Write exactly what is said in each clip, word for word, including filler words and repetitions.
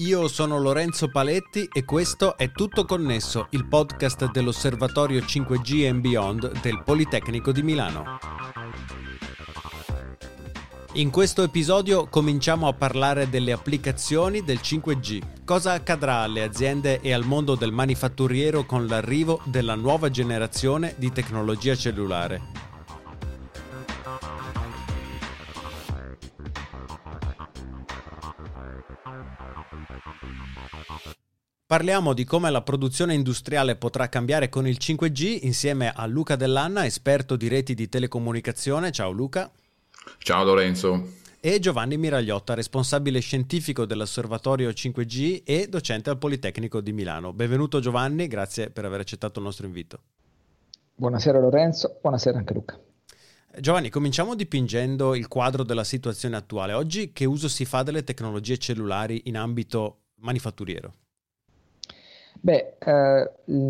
Io sono Lorenzo Paletti e questo è Tutto Connesso, il podcast dell'Osservatorio cinque G and Beyond del Politecnico di Milano. In questo episodio cominciamo a parlare delle applicazioni del cinque G. Cosa accadrà alle aziende e al mondo del manifatturiero con l'arrivo della nuova generazione di tecnologia cellulare? Parliamo di come la produzione industriale potrà cambiare con il cinque G insieme a Luca Dell'Anna, esperto di reti di telecomunicazione. Ciao Luca. Ciao Lorenzo. E Giovanni Miragliotta, responsabile scientifico dell'Osservatorio cinque G e docente al Politecnico di Milano. Benvenuto Giovanni, grazie per aver accettato il nostro invito. Buonasera Lorenzo, buonasera anche Luca. Giovanni, cominciamo dipingendo il quadro della situazione attuale. Oggi che uso si fa delle tecnologie cellulari in ambito manifatturiero? Beh, eh,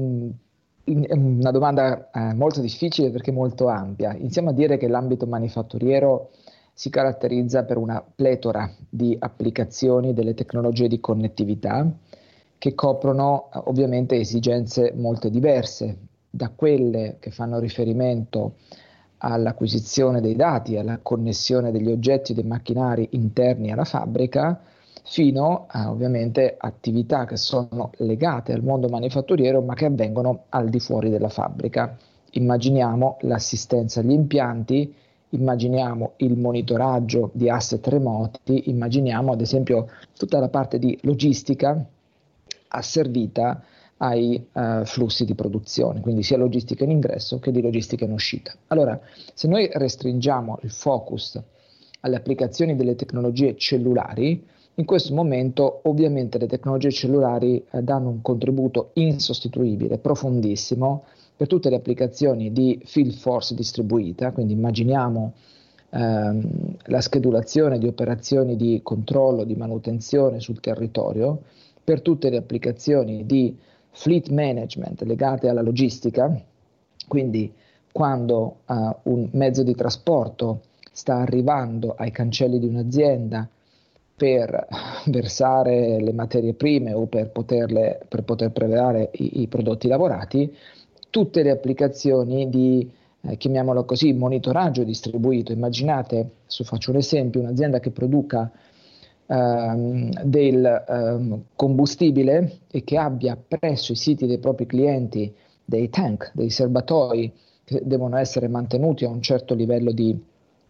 è una domanda eh, molto difficile perché molto ampia. Iniziamo a dire che l'ambito manifatturiero si caratterizza per una pletora di applicazioni delle tecnologie di connettività che coprono eh, ovviamente esigenze molto diverse, da quelle che fanno riferimento all'acquisizione dei dati, alla connessione degli oggetti e dei macchinari interni alla fabbrica, fino a ovviamente attività che sono legate al mondo manifatturiero ma che avvengono al di fuori della fabbrica. Immaginiamo l'assistenza agli impianti, immaginiamo il monitoraggio di asset remoti, immaginiamo ad esempio tutta la parte di logistica asservita ai uh, flussi di produzione, quindi sia logistica in ingresso che di logistica in uscita. Allora, se noi restringiamo il focus alle applicazioni delle tecnologie cellulari, in questo momento ovviamente le tecnologie cellulari eh, danno un contributo insostituibile, profondissimo, per tutte le applicazioni di field force distribuita, quindi immaginiamo ehm, la schedulazione di operazioni di controllo, di manutenzione sul territorio, per tutte le applicazioni di fleet management legate alla logistica, quindi quando eh, un mezzo di trasporto sta arrivando ai cancelli di un'azienda per versare le materie prime o per, poterle, per poter prevelare i, i prodotti lavorati, tutte le applicazioni di, eh, chiamiamolo così, monitoraggio distribuito. Immaginate, se faccio un esempio, un'azienda che produca ehm, del ehm, combustibile e che abbia presso i siti dei propri clienti dei tank, dei serbatoi che devono essere mantenuti a un certo livello di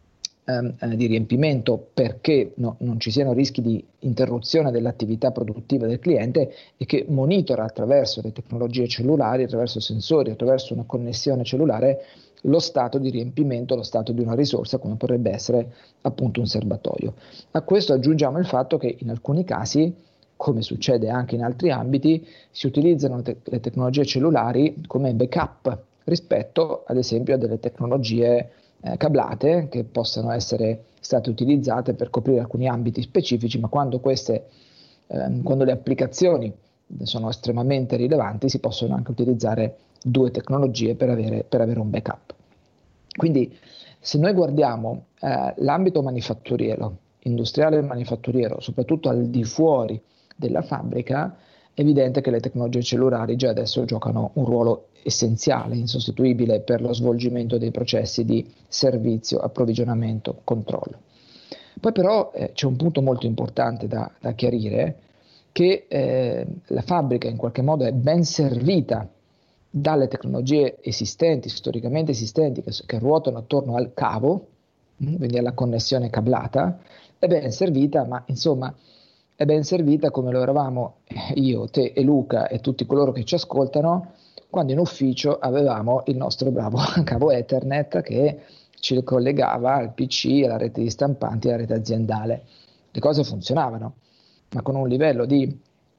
Ehm, eh, di riempimento perché no, non ci siano rischi di interruzione dell'attività produttiva del cliente e che monitora attraverso le tecnologie cellulari, attraverso sensori, attraverso una connessione cellulare lo stato di riempimento, lo stato di una risorsa come potrebbe essere appunto un serbatoio. A questo aggiungiamo il fatto che in alcuni casi, come succede anche in altri ambiti, si utilizzano te- le tecnologie cellulari come backup rispetto ad esempio a delle tecnologie Eh, cablate che possano essere state utilizzate per coprire alcuni ambiti specifici, ma quando queste, ehm, quando le applicazioni sono estremamente rilevanti, si possono anche utilizzare due tecnologie per avere, per avere un backup. Quindi, se noi guardiamo eh, l'ambito manifatturiero, industriale e manifatturiero, soprattutto al di fuori della fabbrica, è evidente che le tecnologie cellulari già adesso giocano un ruolo essenziale, insostituibile per lo svolgimento dei processi di servizio, approvvigionamento, controllo. Poi però eh, c'è un punto molto importante da, da chiarire, che eh, la fabbrica in qualche modo è ben servita dalle tecnologie esistenti, storicamente esistenti, che, che ruotano attorno al cavo, mh, quindi alla connessione cablata, è ben servita, ma insomma è ben servita come lo eravamo io, te e Luca e tutti coloro che ci ascoltano quando in ufficio avevamo il nostro bravo cavo Ethernet che ci collegava al P C, alla rete di stampanti, alla rete aziendale. Le cose funzionavano, ma con un livello di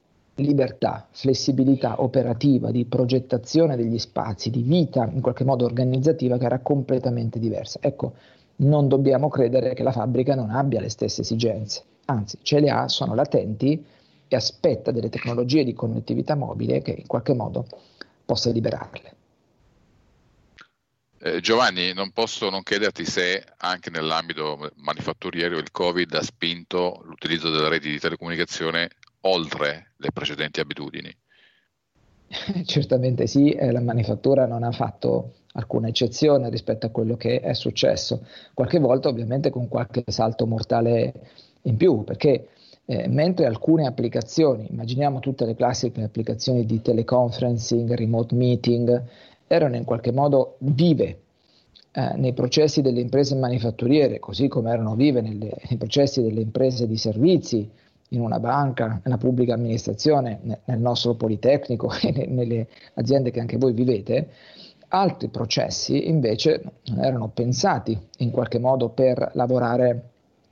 libertà, flessibilità operativa, di progettazione degli spazi, di vita in qualche modo organizzativa che era completamente diversa. Ecco, non dobbiamo credere che la fabbrica non abbia le stesse esigenze, anzi ce le ha, sono latenti e aspetta delle tecnologie di connettività mobile che in qualche modo possa liberarle. Eh, Giovanni, non posso non chiederti se anche nell'ambito manifatturiero il Covid ha spinto l'utilizzo delle reti di telecomunicazione oltre le precedenti abitudini? Certamente sì, eh, la manifattura non ha fatto alcuna eccezione rispetto a quello che è successo, qualche volta ovviamente con qualche salto mortale in più, perché eh, mentre alcune applicazioni, immaginiamo tutte le classiche applicazioni di teleconferencing, remote meeting, erano in qualche modo vive eh, nei processi delle imprese manifatturiere, così come erano vive nelle, nei processi delle imprese di servizi, in una banca, nella pubblica amministrazione, nel nostro Politecnico e nelle aziende che anche voi vivete, altri processi invece non erano pensati in qualche modo per lavorare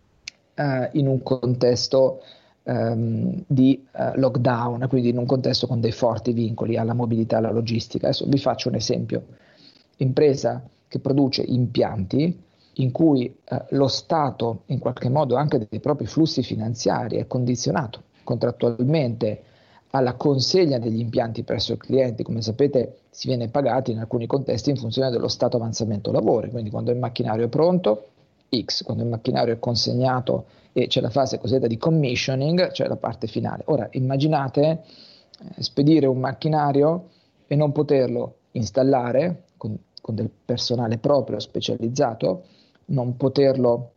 eh, in un contesto ehm, di eh, lockdown, quindi in un contesto con dei forti vincoli alla mobilità e alla logistica. Adesso vi faccio un esempio. Impresa che produce impianti in cui eh, lo Stato, in qualche modo anche dei propri flussi finanziari, è condizionato contrattualmente alla consegna degli impianti presso i clienti. Come sapete, si viene pagati in alcuni contesti in funzione dello stato avanzamento lavori, quindi quando il macchinario è pronto, X, quando il macchinario è consegnato e c'è la fase cosiddetta di commissioning, c'è la parte finale. Ora immaginate eh, spedire un macchinario e non poterlo installare con, con del personale proprio specializzato, non poterlo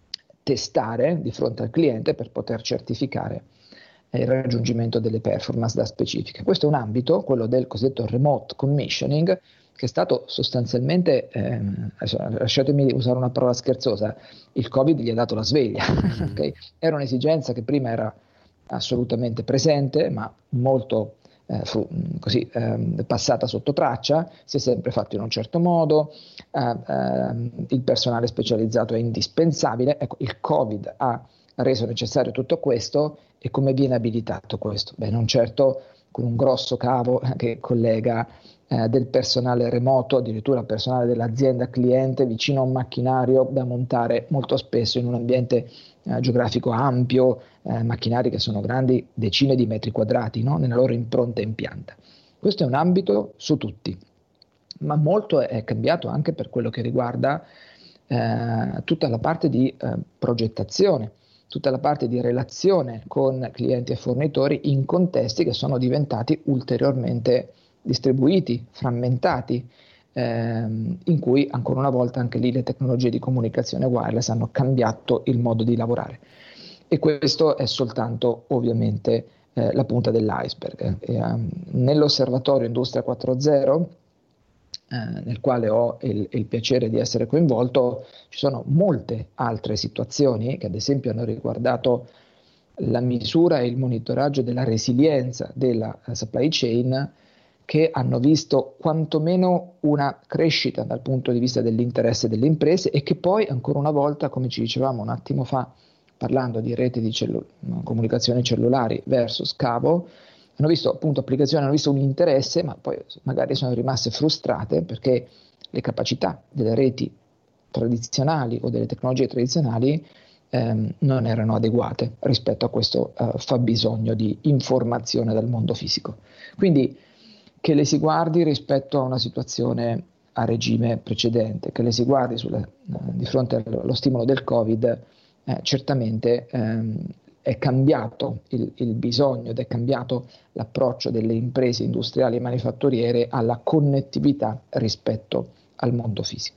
testare di fronte al cliente per poter certificare eh, il raggiungimento delle performance da specifiche. Questo è un ambito, quello del cosiddetto remote commissioning, che è stato sostanzialmente, ehm, lasciatemi usare una parola scherzosa, il Covid gli ha dato la sveglia. Mm. Okay? Era un'esigenza che prima era assolutamente presente, ma molto Eh, fu così ehm, passata sotto traccia, si è sempre fatto in un certo modo, eh, ehm, il personale specializzato è indispensabile. Ecco, il Covid ha reso necessario tutto questo, e come viene abilitato questo? Beh, non certo con un grosso cavo che collega eh, del personale remoto, addirittura personale dell'azienda cliente vicino a un macchinario da montare molto spesso in un ambiente eh, geografico ampio, eh, macchinari che sono grandi decine di metri quadrati, no? Nella loro impronta e impianta. Questo è un ambito su tutti, ma molto è cambiato anche per quello che riguarda eh, tutta la parte di eh, progettazione, tutta la parte di relazione con clienti e fornitori in contesti che sono diventati ulteriormente distribuiti, frammentati, ehm, in cui ancora una volta anche lì le tecnologie di comunicazione wireless hanno cambiato il modo di lavorare. E questo è soltanto ovviamente eh, la punta dell'iceberg. E, um, nell'osservatorio Industria quattro punto zero, eh, nel quale ho il, il piacere di essere coinvolto, ci sono molte altre situazioni che ad esempio hanno riguardato la misura e il monitoraggio della resilienza della uh, supply chain, che hanno visto quantomeno una crescita dal punto di vista dell'interesse delle imprese, e che poi ancora una volta, come ci dicevamo un attimo fa, parlando di reti di cellu- comunicazioni cellulari versus cavo, hanno visto appunto applicazioni, hanno visto un interesse, ma poi magari sono rimaste frustrate perché le capacità delle reti tradizionali o delle tecnologie tradizionali ehm, non erano adeguate rispetto a questo eh, fabbisogno di informazione dal mondo fisico. Quindi che le si guardi rispetto a una situazione a regime precedente, che le si guardi sulla, eh, di fronte allo stimolo del Covid, eh, certamente ehm, è cambiato il, il bisogno ed è cambiato l'approccio delle imprese industriali e manifatturiere alla connettività rispetto al mondo fisico.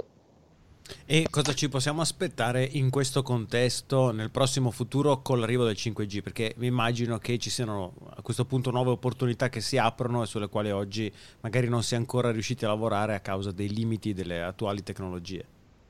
E cosa ci possiamo aspettare in questo contesto nel prossimo futuro con l'arrivo del cinque G? Perché mi immagino che ci siano a questo punto nuove opportunità che si aprono e sulle quali oggi magari non si è ancora riusciti a lavorare a causa dei limiti delle attuali tecnologie.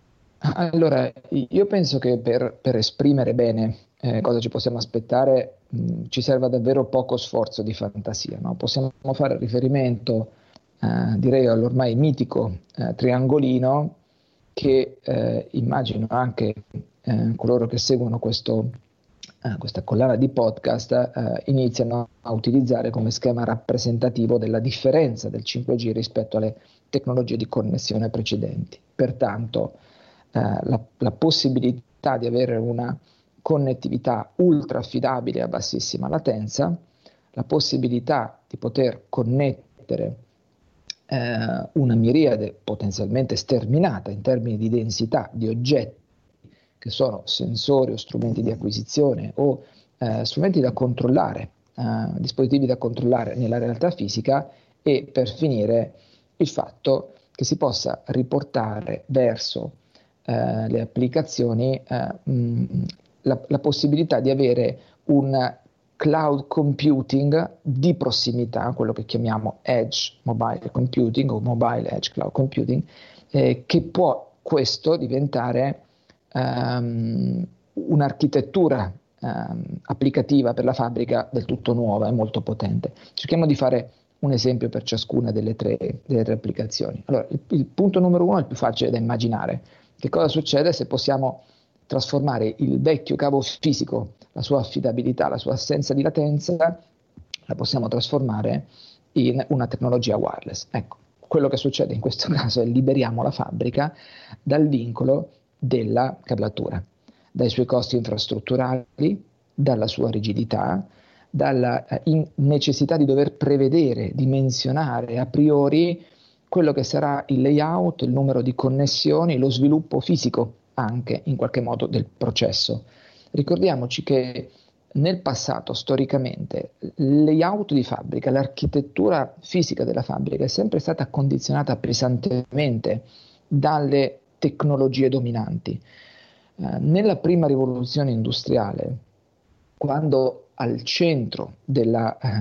Allora, io penso che per, per esprimere bene eh, cosa ci possiamo aspettare mh, ci serva davvero poco sforzo di fantasia, no? Possiamo fare riferimento, eh, direi, all'ormai mitico eh, triangolino che eh, immagino anche eh, coloro che seguono questo, eh, questa collana di podcast eh, iniziano a utilizzare come schema rappresentativo della differenza del cinque G rispetto alle tecnologie di connessione precedenti. Pertanto, eh, la, la possibilità di avere una connettività ultra affidabile a bassissima latenza, la possibilità di poter connettere eh, una miriade potenzialmente sterminata in termini di densità di oggetti che sono sensori o strumenti di acquisizione o eh, strumenti da controllare uh, dispositivi da controllare nella realtà fisica, e per finire il fatto che si possa riportare verso uh, le applicazioni uh, mh, la, la possibilità di avere un cloud computing di prossimità, quello che chiamiamo edge mobile computing o mobile edge cloud computing, eh, che può questo diventare um, un'architettura um, applicativa per la fabbrica del tutto nuova e molto potente. Cerchiamo di fare un esempio per ciascuna delle tre, delle tre applicazioni. Allora, il, il punto numero uno è il più facile da immaginare. Che cosa succede se possiamo trasformare il vecchio cavo fisico, la sua affidabilità, la sua assenza di latenza, la possiamo trasformare in una tecnologia wireless? Ecco, quello che succede in questo caso è liberiamo la fabbrica dal vincolo della cablatura, dai suoi costi infrastrutturali, dalla sua rigidità, dalla eh, necessità di dover prevedere, dimensionare a priori quello che sarà il layout, il numero di connessioni, lo sviluppo fisico anche in qualche modo del processo. Ricordiamoci che nel passato, storicamente, il layout di fabbrica, l'architettura fisica della fabbrica è sempre stata condizionata pesantemente dalle tecnologie dominanti. Eh, nella prima rivoluzione industriale, quando al centro della, eh,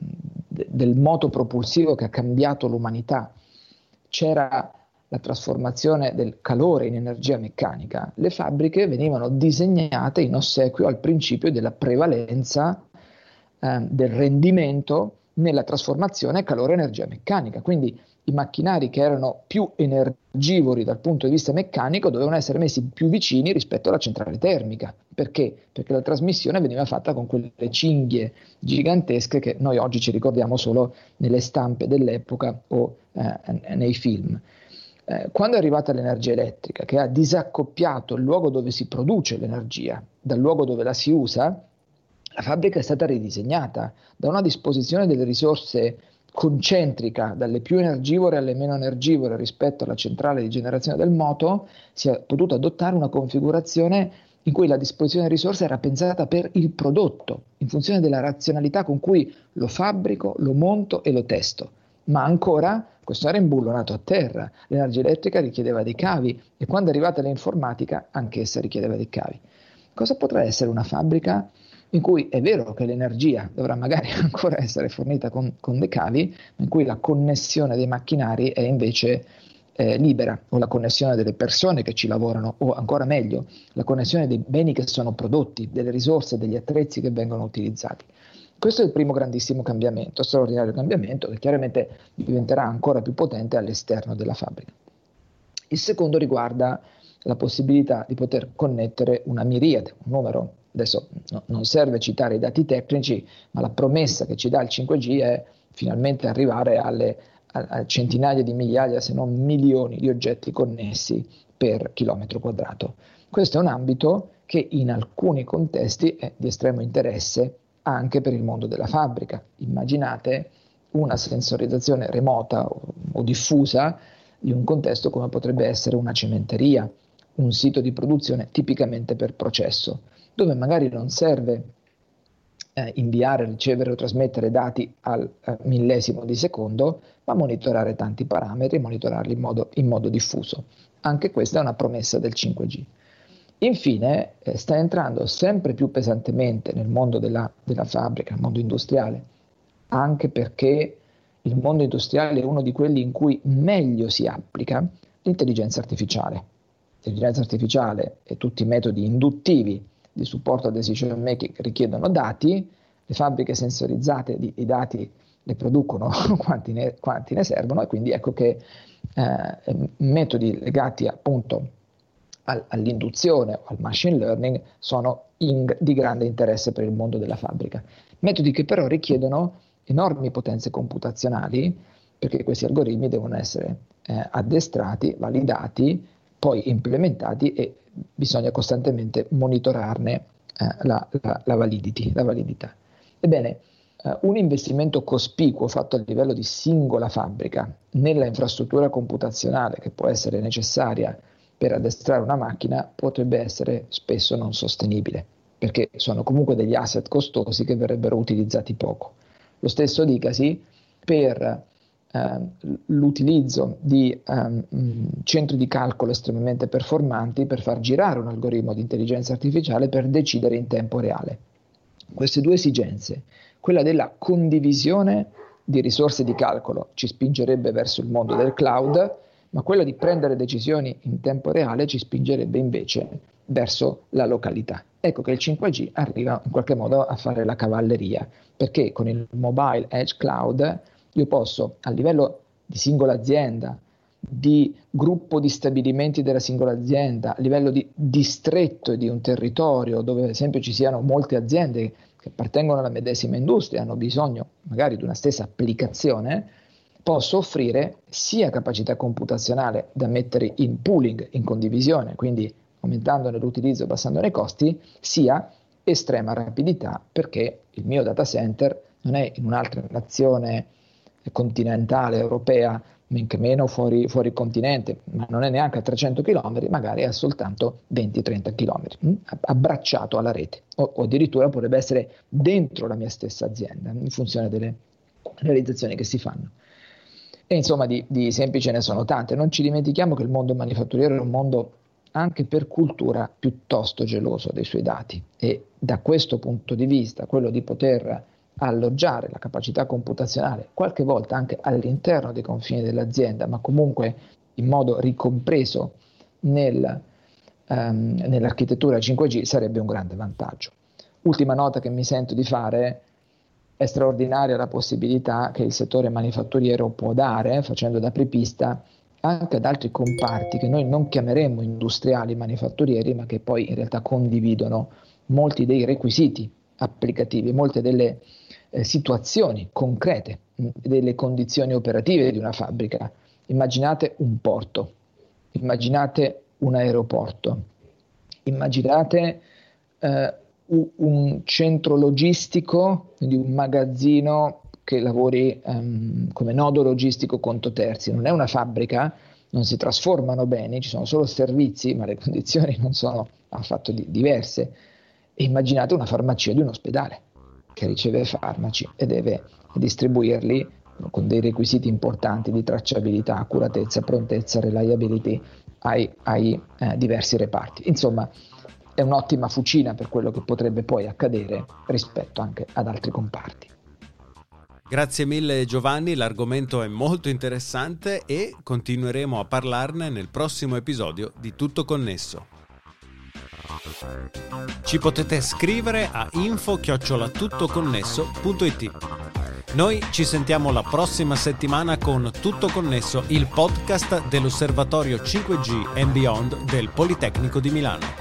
de- del moto propulsivo che ha cambiato l'umanità c'era la trasformazione del calore in energia meccanica, le fabbriche venivano disegnate in ossequio al principio della prevalenza eh, del rendimento nella trasformazione calore-energia meccanica. Quindi i macchinari che erano più energivori dal punto di vista meccanico dovevano essere messi più vicini rispetto alla centrale termica. Perché? Perché la trasmissione veniva fatta con quelle cinghie gigantesche che noi oggi ci ricordiamo solo nelle stampe dell'epoca o eh, nei film. Eh, quando è arrivata l'energia elettrica, che ha disaccoppiato il luogo dove si produce l'energia dal luogo dove la si usa, la fabbrica è stata ridisegnata da una disposizione delle risorse concentrica, dalle più energivore alle meno energivore rispetto alla centrale di generazione del moto. Si è potuto adottare una configurazione in cui la disposizione delle risorse era pensata per il prodotto, in funzione della razionalità con cui lo fabbrico, lo monto e lo testo. Ma ancora questo era imbullonato a terra, l'energia elettrica richiedeva dei cavi e quando è arrivata l'informatica anch'essa richiedeva dei cavi. Cosa potrà essere una fabbrica in cui è vero che l'energia dovrà magari ancora essere fornita con, con dei cavi, ma in cui la connessione dei macchinari è invece eh, libera, o la connessione delle persone che ci lavorano, o ancora meglio, la connessione dei beni che sono prodotti, delle risorse, degli attrezzi che vengono utilizzati. Questo è il primo grandissimo cambiamento, straordinario cambiamento, che chiaramente diventerà ancora più potente all'esterno della fabbrica. Il secondo riguarda la possibilità di poter connettere una miriade, un numero. Adesso no, non serve citare i dati tecnici, ma la promessa che ci dà il cinque G è finalmente arrivare alle, a, a centinaia di migliaia, se non milioni di oggetti connessi per chilometro quadrato. Questo è un ambito che in alcuni contesti è di estremo interesse anche per il mondo della fabbrica. Immaginate una sensorizzazione remota o, o diffusa di un contesto come potrebbe essere una cementeria, un sito di produzione tipicamente per processo, dove magari non serve eh, inviare, ricevere o trasmettere dati al eh, millesimo di secondo, ma monitorare tanti parametri, monitorarli in modo, in modo diffuso. Anche questa è una promessa del cinque G. Infine, eh, sta entrando sempre più pesantemente nel mondo della, della fabbrica, nel mondo industriale, anche perché il mondo industriale è uno di quelli in cui meglio si applica l'intelligenza artificiale. L'intelligenza artificiale e tutti i metodi induttivi di supporto al decision making richiedono dati, le fabbriche sensorizzate di, i dati le producono quanti ne, quanti ne servono, e quindi ecco che eh, metodi legati appunto al, all'induzione o al machine learning sono in, di grande interesse per il mondo della fabbrica. Metodi che però richiedono enormi potenze computazionali, perché questi algoritmi devono essere eh, addestrati, validati, poi implementati, e bisogna costantemente monitorarne eh, la, la, la, validity, la validità. Ebbene, eh, un investimento cospicuo fatto a livello di singola fabbrica nella infrastruttura computazionale che può essere necessaria per addestrare una macchina potrebbe essere spesso non sostenibile. perché sono comunque degli asset costosi che verrebbero utilizzati poco. Lo stesso dicasi per eh, l'utilizzo di um, centri di calcolo estremamente performanti per far girare un algoritmo di intelligenza artificiale per decidere in tempo reale. Queste due esigenze, quella della condivisione di risorse di calcolo, ci spingerebbe verso il mondo del cloud, ma quella di prendere decisioni in tempo reale ci spingerebbe invece verso la località. Ecco che il cinque G arriva in qualche modo a fare la cavalleria, perché con il Mobile Edge Cloud io posso, a livello di singola azienda, di gruppo di stabilimenti della singola azienda, a livello di distretto di un territorio dove ad esempio ci siano molte aziende che appartengono alla medesima industria, hanno bisogno magari di una stessa applicazione, posso offrire sia capacità computazionale da mettere in pooling, in condivisione, quindi aumentandone l'utilizzo, abbassandone i costi, sia estrema rapidità, perché il mio data center non è in un'altra nazione continentale europea, men che meno fuori, fuori continente, ma non è neanche a trecento chilometri, magari è soltanto venti trenta chilometri, mh? abbracciato alla rete, o, o addirittura potrebbe essere dentro la mia stessa azienda, in funzione delle realizzazioni che si fanno. E insomma di, di esempi ce ne sono tante. Non ci dimentichiamo che il mondo manifatturiero è un mondo anche per cultura piuttosto geloso dei suoi dati, e da questo punto di vista quello di poter alloggiare la capacità computazionale qualche volta anche all'interno dei confini dell'azienda, ma comunque in modo ricompreso nel, um, nell'architettura cinque G, sarebbe un grande vantaggio. Ultima nota che mi sento di fare: è straordinaria la possibilità che il settore manifatturiero può dare, facendo da apripista anche ad altri comparti che noi non chiameremmo industriali manifatturieri, ma che poi in realtà condividono molti dei requisiti applicativi, molte delle eh, situazioni concrete, mh, delle condizioni operative di una fabbrica. Immaginate un porto, immaginate un aeroporto, immaginate eh, un centro logistico, quindi un magazzino che lavori um, come nodo logistico conto terzi. Non è una fabbrica, non si trasformano beni, ci sono solo servizi, ma le condizioni non sono affatto di- diverse. E immaginate una farmacia di un ospedale che riceve farmaci e deve distribuirli con dei requisiti importanti di tracciabilità, accuratezza, prontezza, reliability ai, ai eh, diversi reparti. Insomma, è un'ottima fucina per quello che potrebbe poi accadere rispetto anche ad altri comparti. Grazie mille Giovanni, l'argomento è molto interessante e continueremo a parlarne nel prossimo episodio di Tutto Connesso. Ci potete scrivere a info chiocciola tuttoconnesso punto it. Noi ci sentiamo la prossima settimana con Tutto Connesso, il podcast dell'Osservatorio cinque G and Beyond del Politecnico di Milano.